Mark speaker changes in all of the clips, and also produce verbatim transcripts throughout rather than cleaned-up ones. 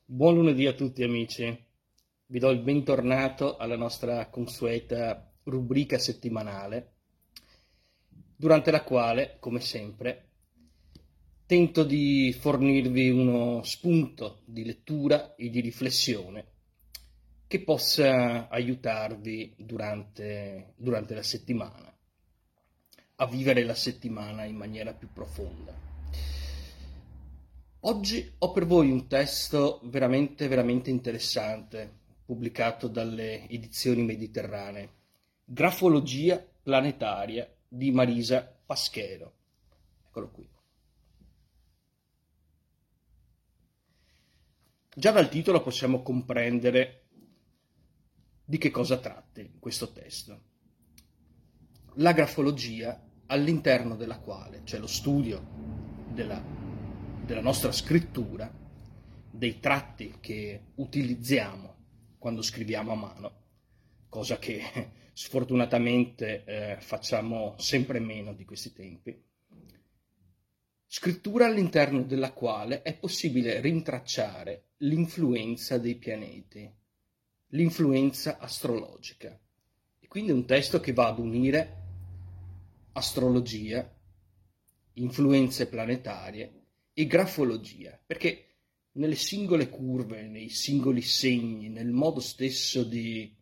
Speaker 1: Buon lunedì a tutti amici, vi do il bentornato alla nostra consueta rubrica settimanale, durante la quale, come sempre, tento di fornirvi uno spunto di lettura e di riflessione che possa aiutarvi durante, durante la settimana a vivere la settimana in maniera più profonda. Oggi ho per voi un testo veramente, veramente interessante, pubblicato dalle edizioni mediterranee, Grafologia planetaria di Marisa Paschero. Eccolo qui. Già dal titolo possiamo comprendere di che cosa tratti questo testo. La grafologia, all'interno della quale c'è lo studio della, della nostra scrittura, dei tratti che utilizziamo quando scriviamo a mano, cosa che sfortunatamente eh, facciamo sempre meno di questi tempi. Scrittura all'interno della quale è possibile rintracciare l'influenza dei pianeti, l'influenza astrologica. E quindi è un testo che va ad unire astrologia, influenze planetarie e grafologia, perché nelle singole curve, nei singoli segni, nel modo stesso di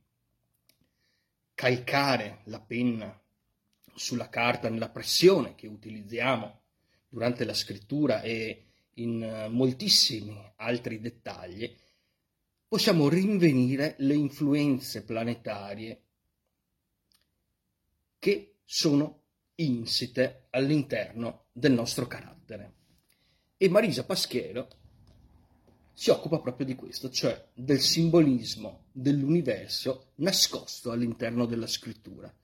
Speaker 1: calcare la penna sulla carta, nella pressione che utilizziamo durante la scrittura e in moltissimi altri dettagli, possiamo rinvenire le influenze planetarie che sono insite all'interno del nostro carattere. E Marisa Paschero si occupa proprio di questo, cioè del simbolismo dell'universo nascosto all'interno della scrittura.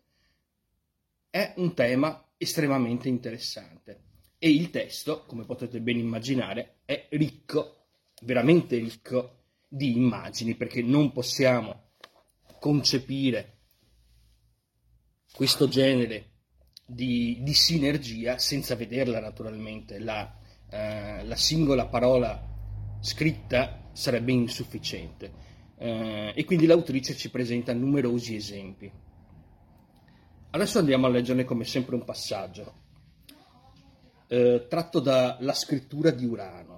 Speaker 1: È un tema estremamente interessante e il testo, come potete ben immaginare, è ricco, veramente ricco di immagini, perché non possiamo concepire questo genere di, di sinergia senza vederla naturalmente. La, eh, la singola parola scritta sarebbe insufficiente eh, e quindi l'autrice ci presenta numerosi esempi. Adesso andiamo a leggerne come sempre un passaggio eh, tratto dalla scrittura di Urano.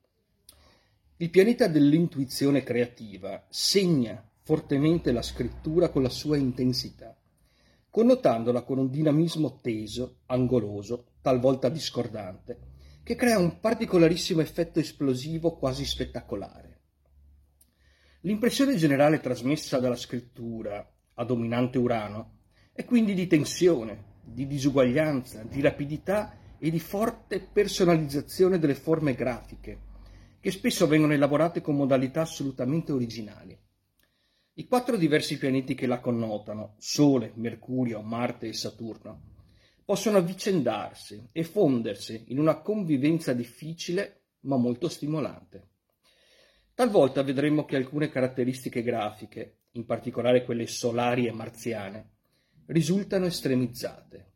Speaker 1: Il pianeta dell'intuizione creativa segna fortemente la scrittura con la sua intensità, connotandola con un dinamismo teso, angoloso, talvolta discordante, che crea un particolarissimo effetto esplosivo quasi spettacolare. L'impressione generale trasmessa dalla scrittura a dominante Urano è quindi di tensione, di disuguaglianza, di rapidità e di forte personalizzazione delle forme grafiche, che spesso vengono elaborate con modalità assolutamente originali. I quattro diversi pianeti che la connotano, Sole, Mercurio, Marte e Saturno, possono avvicendarsi e fondersi in una convivenza difficile ma molto stimolante. Talvolta vedremo che alcune caratteristiche grafiche, in particolare quelle solari e marziane, risultano estremizzate.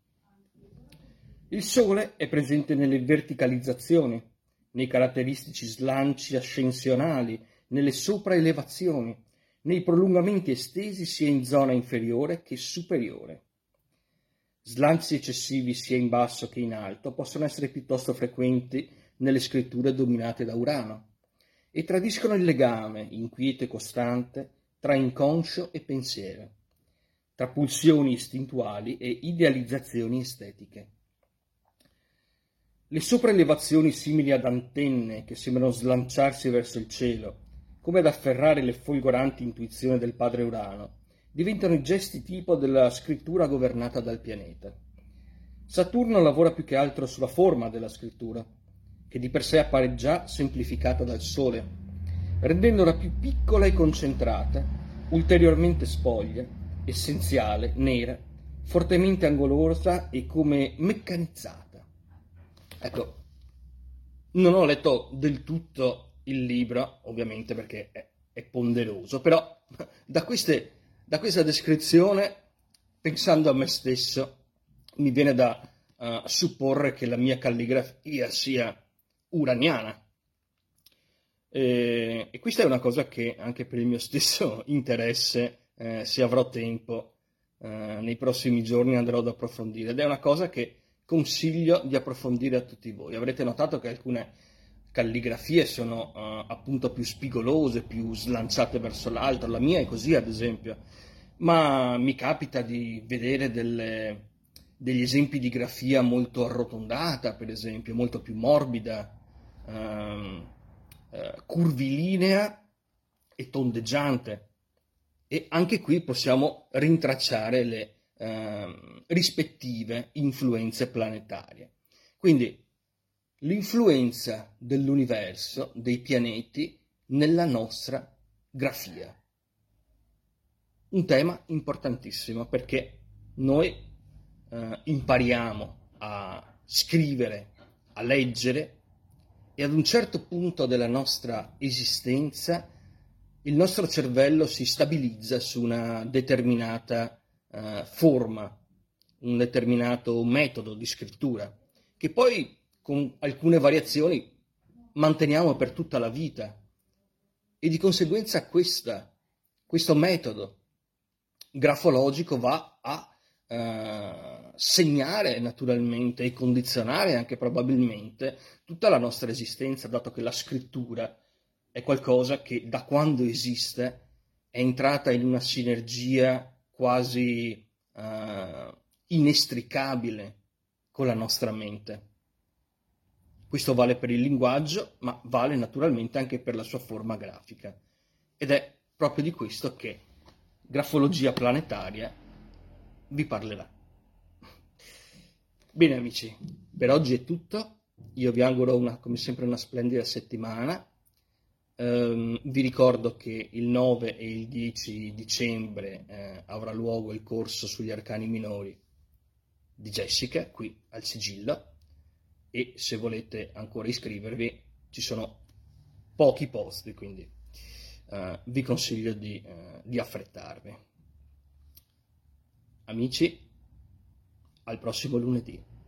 Speaker 1: Il Sole è presente nelle verticalizzazioni, nei caratteristici slanci ascensionali, nelle sopraelevazioni, nei prolungamenti estesi sia in zona inferiore che superiore. Slanci eccessivi sia in basso che in alto possono essere piuttosto frequenti nelle scritture dominate da Urano e tradiscono il legame, inquieto e costante, tra inconscio e pensiero, tra pulsioni istintuali e idealizzazioni estetiche. Le sopraelevazioni simili ad antenne che sembrano slanciarsi verso il cielo, come ad afferrare le folgoranti intuizioni del padre Urano, diventano i gesti tipo della scrittura governata dal pianeta. Saturno lavora più che altro sulla forma della scrittura, che di per sé appare già semplificata dal Sole, rendendola più piccola e concentrata, ulteriormente spoglia, essenziale, nera, fortemente angolosa e come meccanizzata. Ecco, non ho letto del tutto il libro, ovviamente perché è, è ponderoso, però da, queste, da questa descrizione, pensando a me stesso, mi viene da uh, supporre che la mia calligrafia sia uraniana. E, e questa è una cosa che anche per il mio stesso interesse, eh, se avrò tempo, eh, nei prossimi giorni andrò ad approfondire. Ed è una cosa che consiglio di approfondire a tutti voi. Avrete notato che alcune calligrafie sono eh, appunto più spigolose, più slanciate verso l'alto. La mia è così, ad esempio. Ma mi capita di vedere delle, degli esempi di grafia molto arrotondata, per esempio, molto più morbida, ehm, eh, curvilinea e tondeggiante. E anche qui possiamo rintracciare le ehm, rispettive influenze planetarie. Quindi l'influenza dell'universo, dei pianeti, nella nostra grafia. Un tema importantissimo perché noi eh, impariamo a scrivere, a leggere e ad un certo punto della nostra esistenza il nostro cervello si stabilizza su una determinata eh, forma, un determinato metodo di scrittura, che poi con alcune variazioni manteniamo per tutta la vita. E di conseguenza questa, questo metodo grafologico va a eh, segnare naturalmente e condizionare anche probabilmente tutta la nostra esistenza, dato che la scrittura è qualcosa che da quando esiste è entrata in una sinergia quasi eh, inestricabile con la nostra mente. Questo vale per il linguaggio, ma vale naturalmente anche per la sua forma grafica. Ed è proprio di questo che Grafologia Planetaria vi parlerà. Bene amici, per oggi è tutto. Io vi auguro una, come sempre una splendida settimana. Um, vi ricordo che il nove e il dieci dicembre eh, avrà luogo il corso sugli arcani minori di Jessica qui al Sigillo, e se volete ancora iscrivervi ci sono pochi posti, quindi uh, vi consiglio di, uh, di affrettarvi. Amici, al prossimo lunedì.